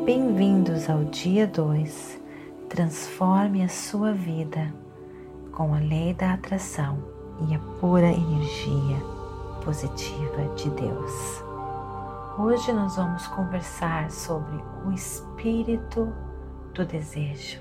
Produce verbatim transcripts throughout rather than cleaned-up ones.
Bem-vindos ao dia dois. Transforme a sua vida com a lei da atração e a pura energia positiva de Deus. Hoje nós vamos conversar sobre o espírito do desejo.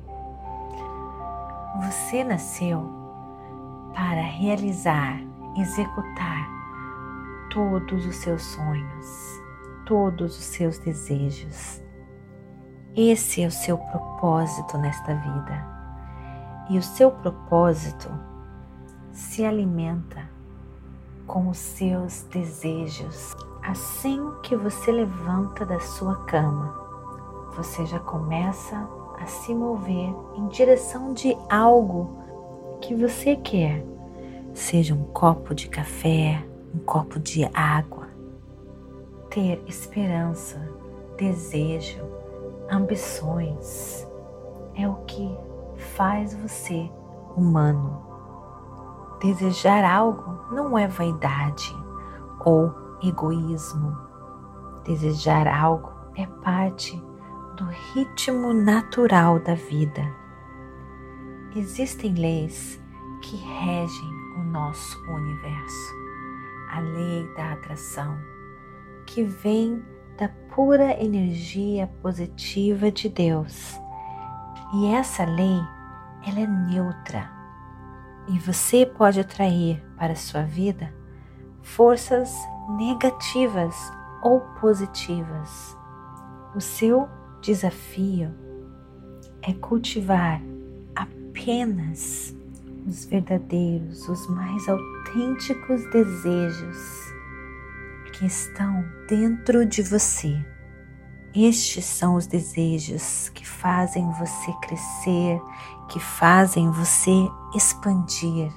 Você nasceu para realizar, executar todos os seus sonhos, todos os seus desejos. Esse é o seu propósito nesta vida. E o seu propósito se alimenta com os seus desejos. Assim que você levanta da sua cama, você já começa a se mover em direção de algo que você quer. Seja um copo de café, um copo de água. Ter esperança, desejo, ambições é o que faz você humano. Desejar algo não é vaidade ou egoísmo. Desejar algo é parte do ritmo natural da vida. Existem leis que regem o nosso universo. A lei da atração, que vem da pura energia positiva de Deus. E essa lei, ela é neutra. E você pode atrair para a sua vida forças negativas ou positivas. O seu desafio é cultivar apenas os verdadeiros, os mais autênticos desejos que estão dentro de você. Estes são os desejos que fazem você crescer, que fazem você expandir,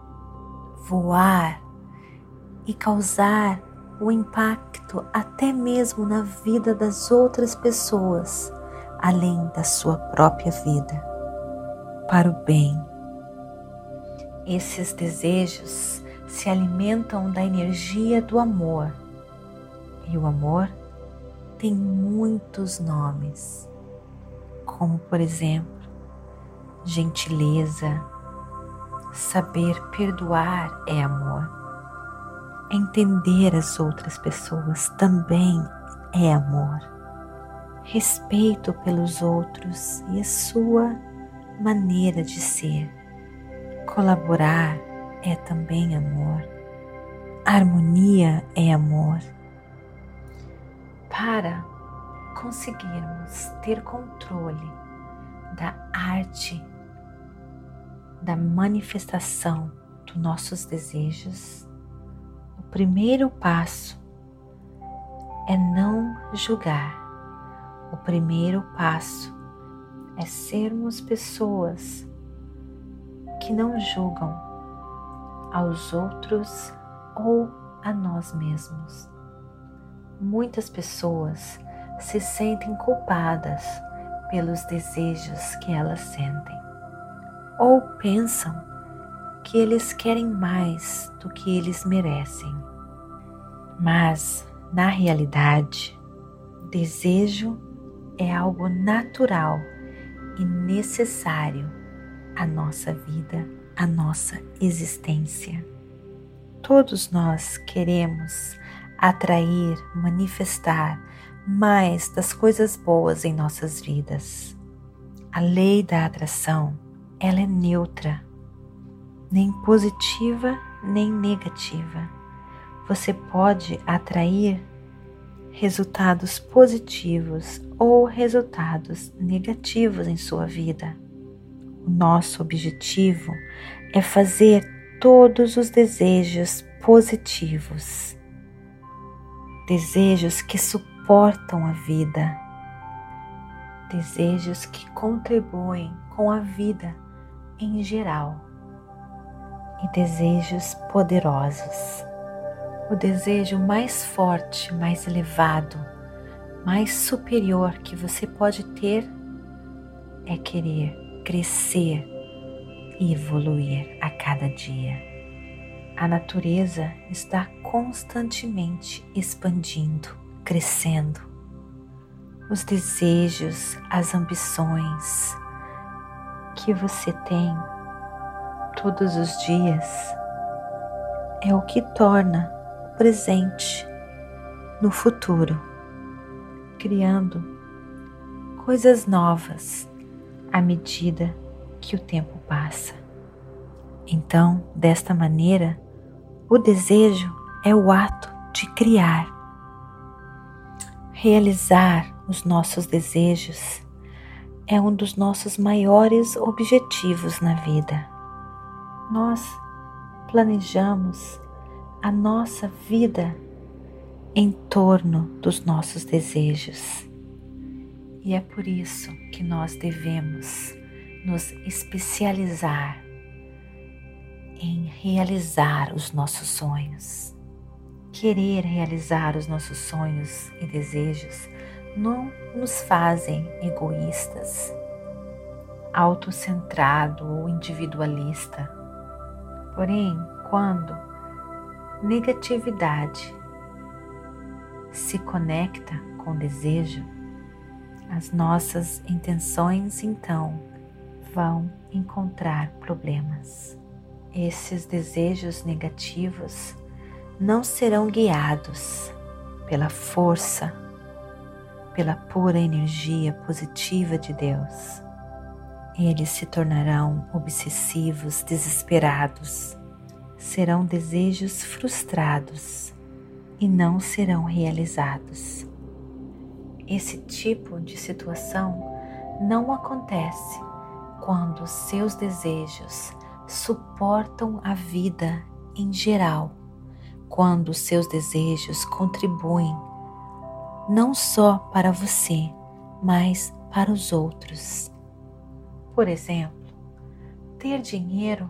voar e causar o impacto até mesmo na vida das outras pessoas, além da sua própria vida, para o bem. Esses desejos se alimentam da energia do amor. E o amor tem muitos nomes, como por exemplo, gentileza, saber perdoar é amor, entender as outras pessoas também é amor, respeito pelos outros e a sua maneira de ser, colaborar é também amor, harmonia é amor. Para conseguirmos ter controle da arte da manifestação dos nossos desejos, o primeiro passo é não julgar. O primeiro passo é sermos pessoas que não julgam aos outros ou a nós mesmos. Muitas pessoas se sentem culpadas pelos desejos que elas sentem, ou pensam que eles querem mais do que eles merecem. Mas, na realidade, desejo é algo natural e necessário à nossa vida, à nossa existência. Todos nós queremos atrair, manifestar mais das coisas boas em nossas vidas. A lei da atração, ela é neutra, nem positiva nem negativa. Você pode atrair resultados positivos ou resultados negativos em sua vida. O nosso objetivo é fazer todos os desejos positivos. Desejos que suportam a vida, desejos que contribuem com a vida em geral e desejos poderosos. O desejo mais forte, mais elevado, mais superior que você pode ter é querer crescer e evoluir a cada dia. A natureza está constantemente expandindo, crescendo. os desejos, as ambições que você tem todos os dias é o que torna o presente no futuro, criando coisas novas à medida que o tempo passa. Então, desta maneira, o desejo é o ato de criar. Realizar os nossos desejos é um dos nossos maiores objetivos na vida. Nós planejamos a nossa vida em torno dos nossos desejos. E é por isso que nós devemos nos especializar em realizar os nossos sonhos. Querer realizar os nossos sonhos e desejos não nos fazem egoístas, autocentrado ou individualista. Porém, quando negatividade se conecta com o desejo, as nossas intenções então vão encontrar problemas. Esses desejos negativos não serão guiados pela força, pela pura energia positiva de Deus. Eles se tornarão obsessivos, desesperados, serão desejos frustrados e não serão realizados. Esse tipo de situação não acontece quando seus desejos suportam a vida em geral, quando seus desejos contribuem não só para você, mas para os outros. Por exemplo, ter dinheiro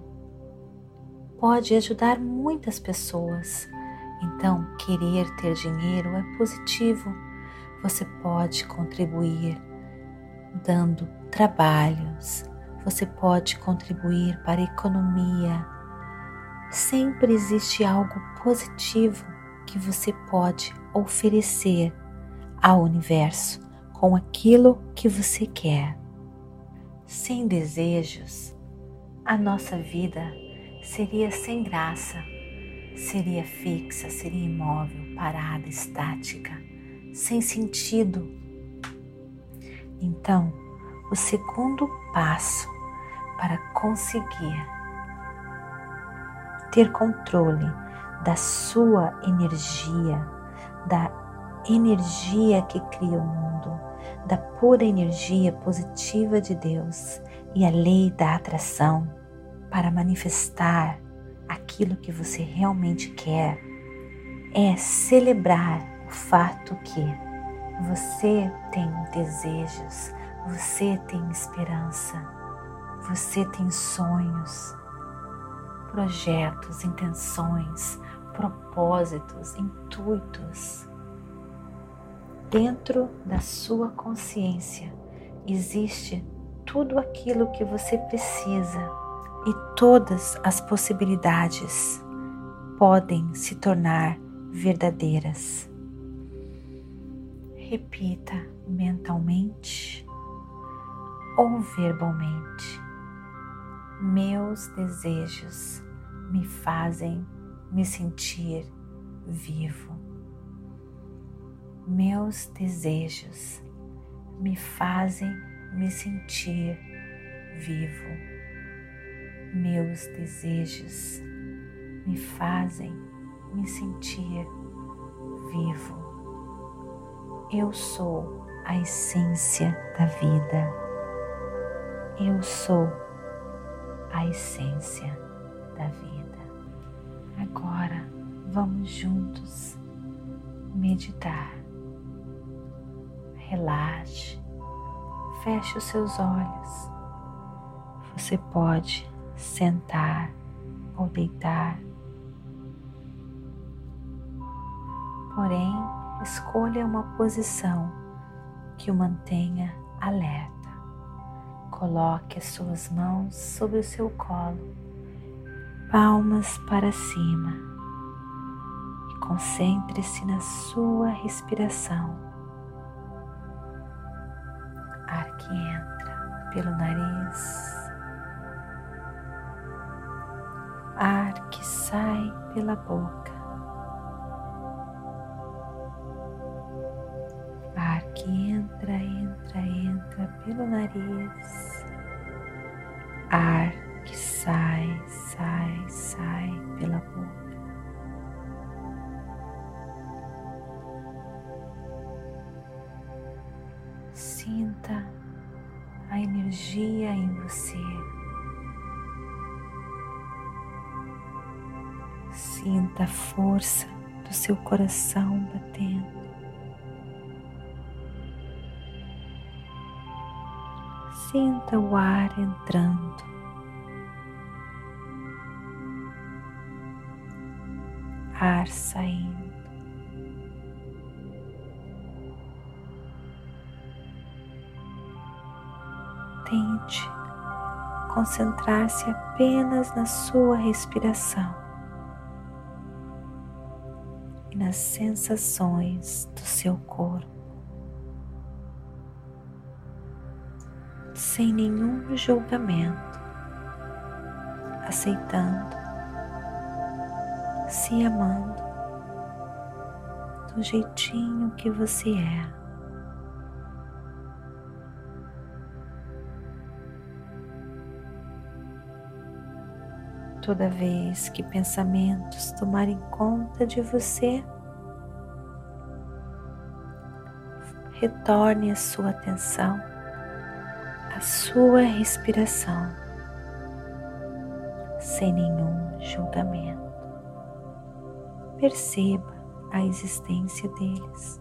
pode ajudar muitas pessoas. Então, querer ter dinheiro é positivo. Você pode contribuir dando trabalhos, você pode contribuir para a economia. Sempre existe algo positivo que você pode oferecer ao universo com aquilo que você quer. Sem desejos, a nossa vida seria sem graça, seria fixa, seria imóvel, parada, estática, sem sentido. Então, o segundo passo para conseguir ter controle da sua energia, da energia que cria o mundo, da pura energia positiva de Deus e a lei da atração para manifestar aquilo que você realmente quer, é celebrar o fato que você tem desejos, você tem esperança, você tem sonhos, projetos, intenções, propósitos, intuitos. Dentro da sua consciência existe tudo aquilo que você precisa e todas as possibilidades podem se tornar verdadeiras. Repita mentalmente ou verbalmente: meus desejos me fazem me sentir vivo. Meus desejos me fazem me sentir vivo. Meus desejos me fazem me sentir vivo. Eu sou a essência da vida. Eu sou a essência da vida. Agora vamos juntos meditar. Relaxe, feche os seus olhos. Você pode sentar ou deitar. Porém, escolha uma posição que o mantenha alerta. Coloque as suas mãos sobre o seu colo, palmas para cima, e concentre-se na sua respiração. que entra pelo nariz, ar que sai pela boca, ar que entra, entra, entra pelo nariz, ar que sai, sai, sai pela boca. Sinta a energia em você. Sinta a força do seu coração batendo. Sinta o ar entrando. Ar saindo. Tente concentrar-se apenas na sua respiração e nas sensações do seu corpo, sem nenhum julgamento, aceitando, se amando do jeitinho que você é. Toda vez que pensamentos tomarem conta de você, retorne a sua atenção à sua respiração, sem nenhum julgamento. Perceba a existência deles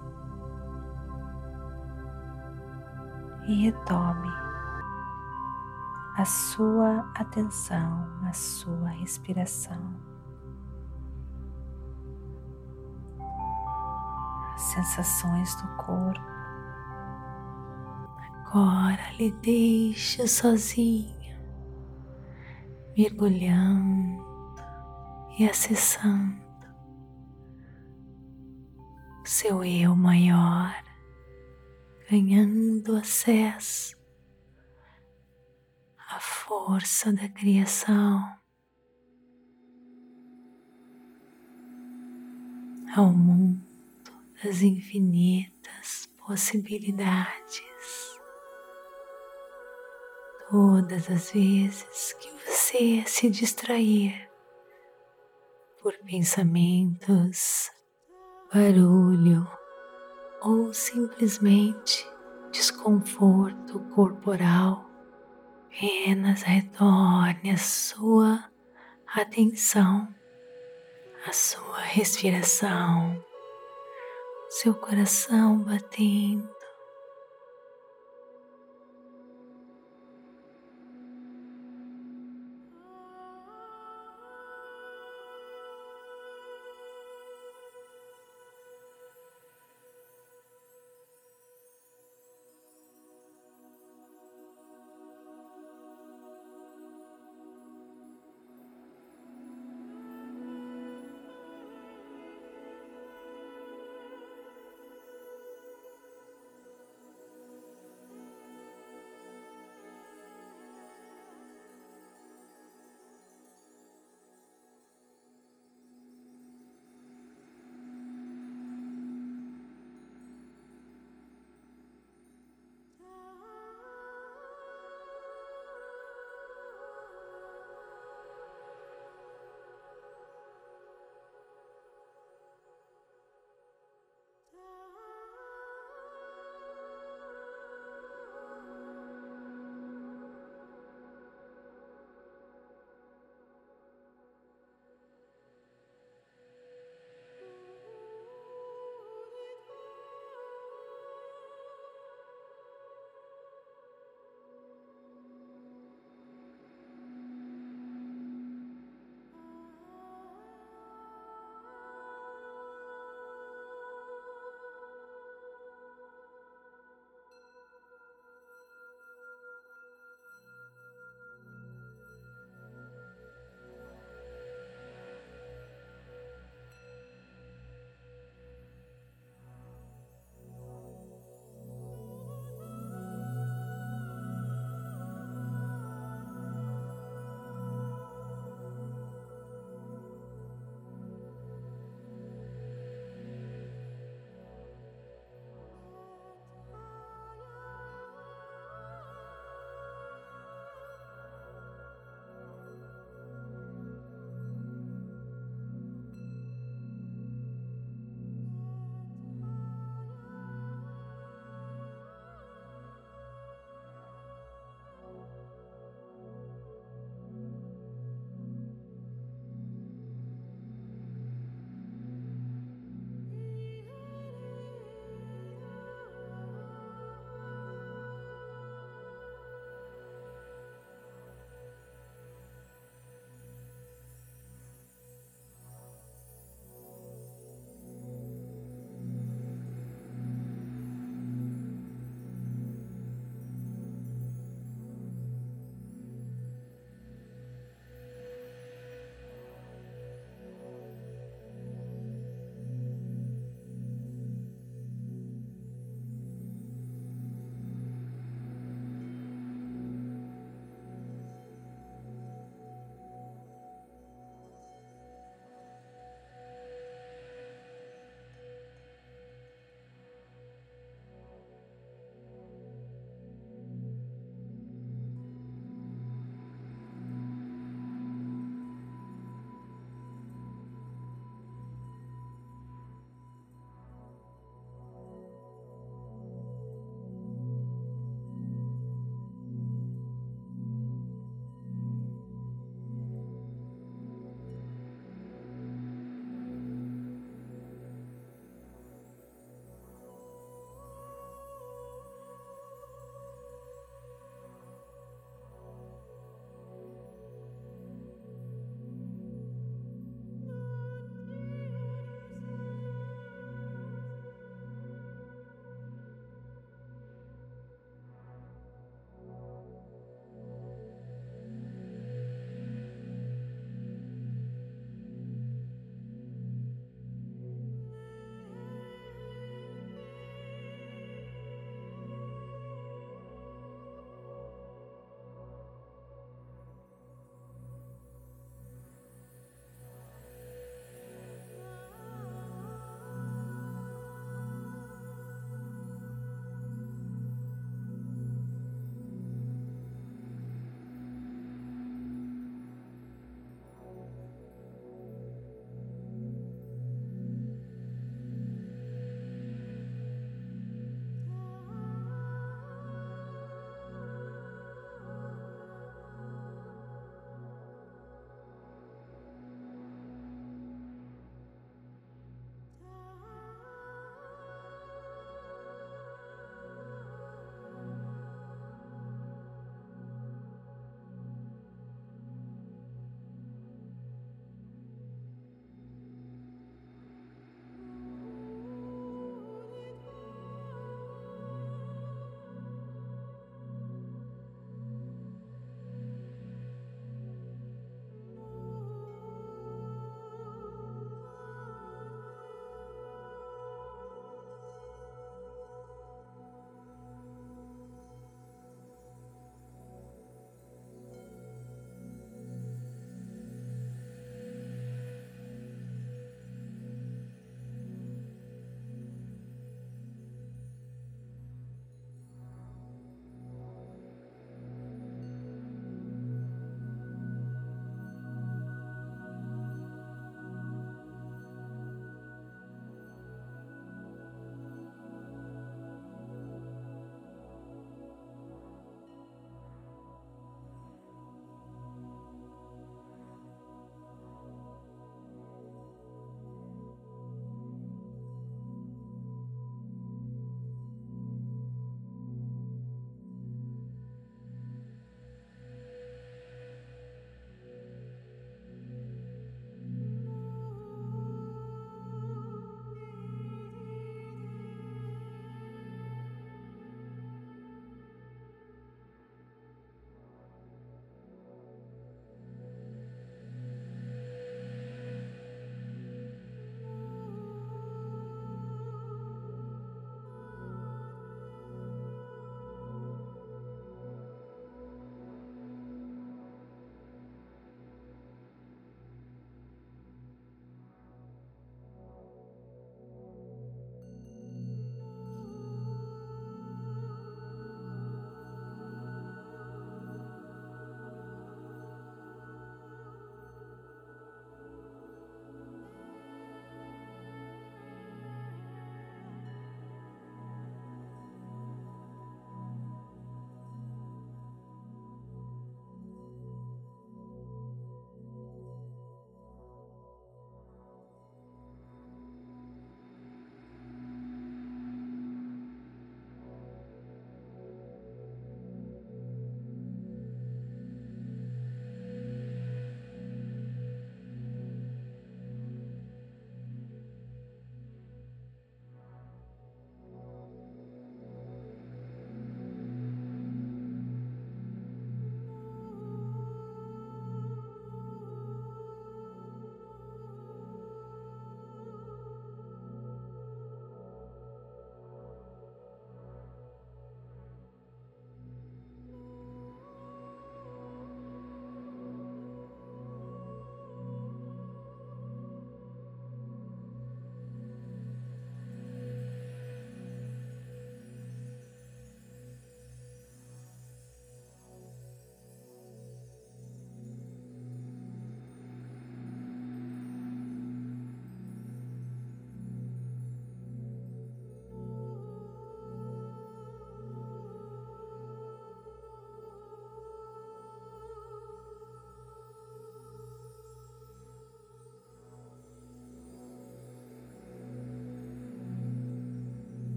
e retome a sua atenção, a sua respiração, as sensações do corpo. Agora lhe deixe sozinho, mergulhando e acessando seu eu maior, ganhando acesso à força da criação, ao mundo das infinitas possibilidades. Todas as vezes que você se distrair por pensamentos, barulho ou simplesmente desconforto corporal, apenas retorne a sua atenção, a sua respiração, seu coração batendo.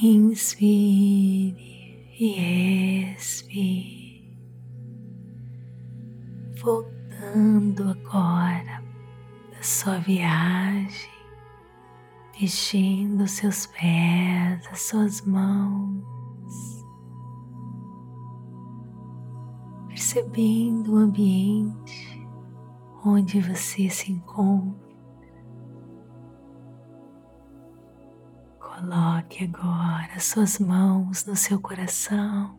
Inspire e expire, voltando agora da sua viagem, mexendo seus pés, as suas mãos, percebendo o ambiente onde você se encontra. Coloque agora suas mãos no seu coração,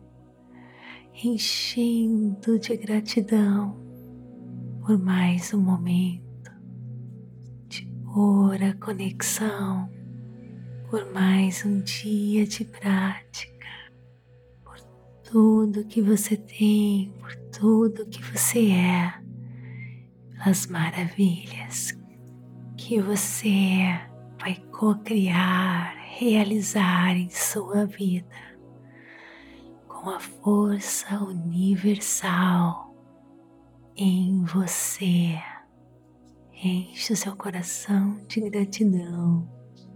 enchendo de gratidão por mais um momento de pura conexão, por mais um dia de prática, por tudo que você tem, por tudo que você é, pelas maravilhas que você vai co-criar, realizar em sua vida com a força universal em você. Enche o seu coração de gratidão.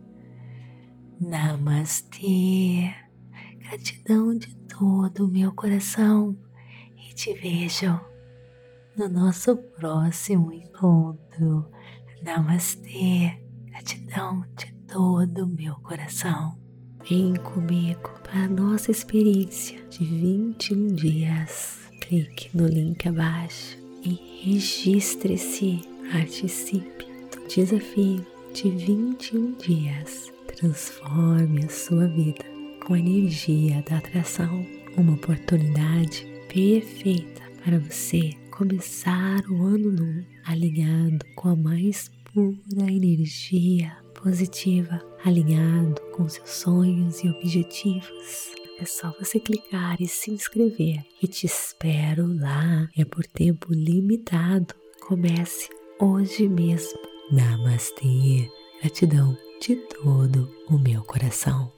Namastê, gratidão de todo o meu coração, e te vejo no nosso próximo encontro. Namastê, gratidão de todo o meu coração. Vem comigo para a nossa experiência de vinte e um dias. Clique no link abaixo e registre-se. Participe do desafio de vinte e um dias. Transforme a sua vida com a energia da atração. Uma oportunidade perfeita para você começar o ano novo alinhado com a mais pura energia positiva, alinhado com seus sonhos e objetivos. É só você clicar e se inscrever, e te espero lá. É por tempo limitado. Comece hoje mesmo. Namastê, gratidão de todo o meu coração.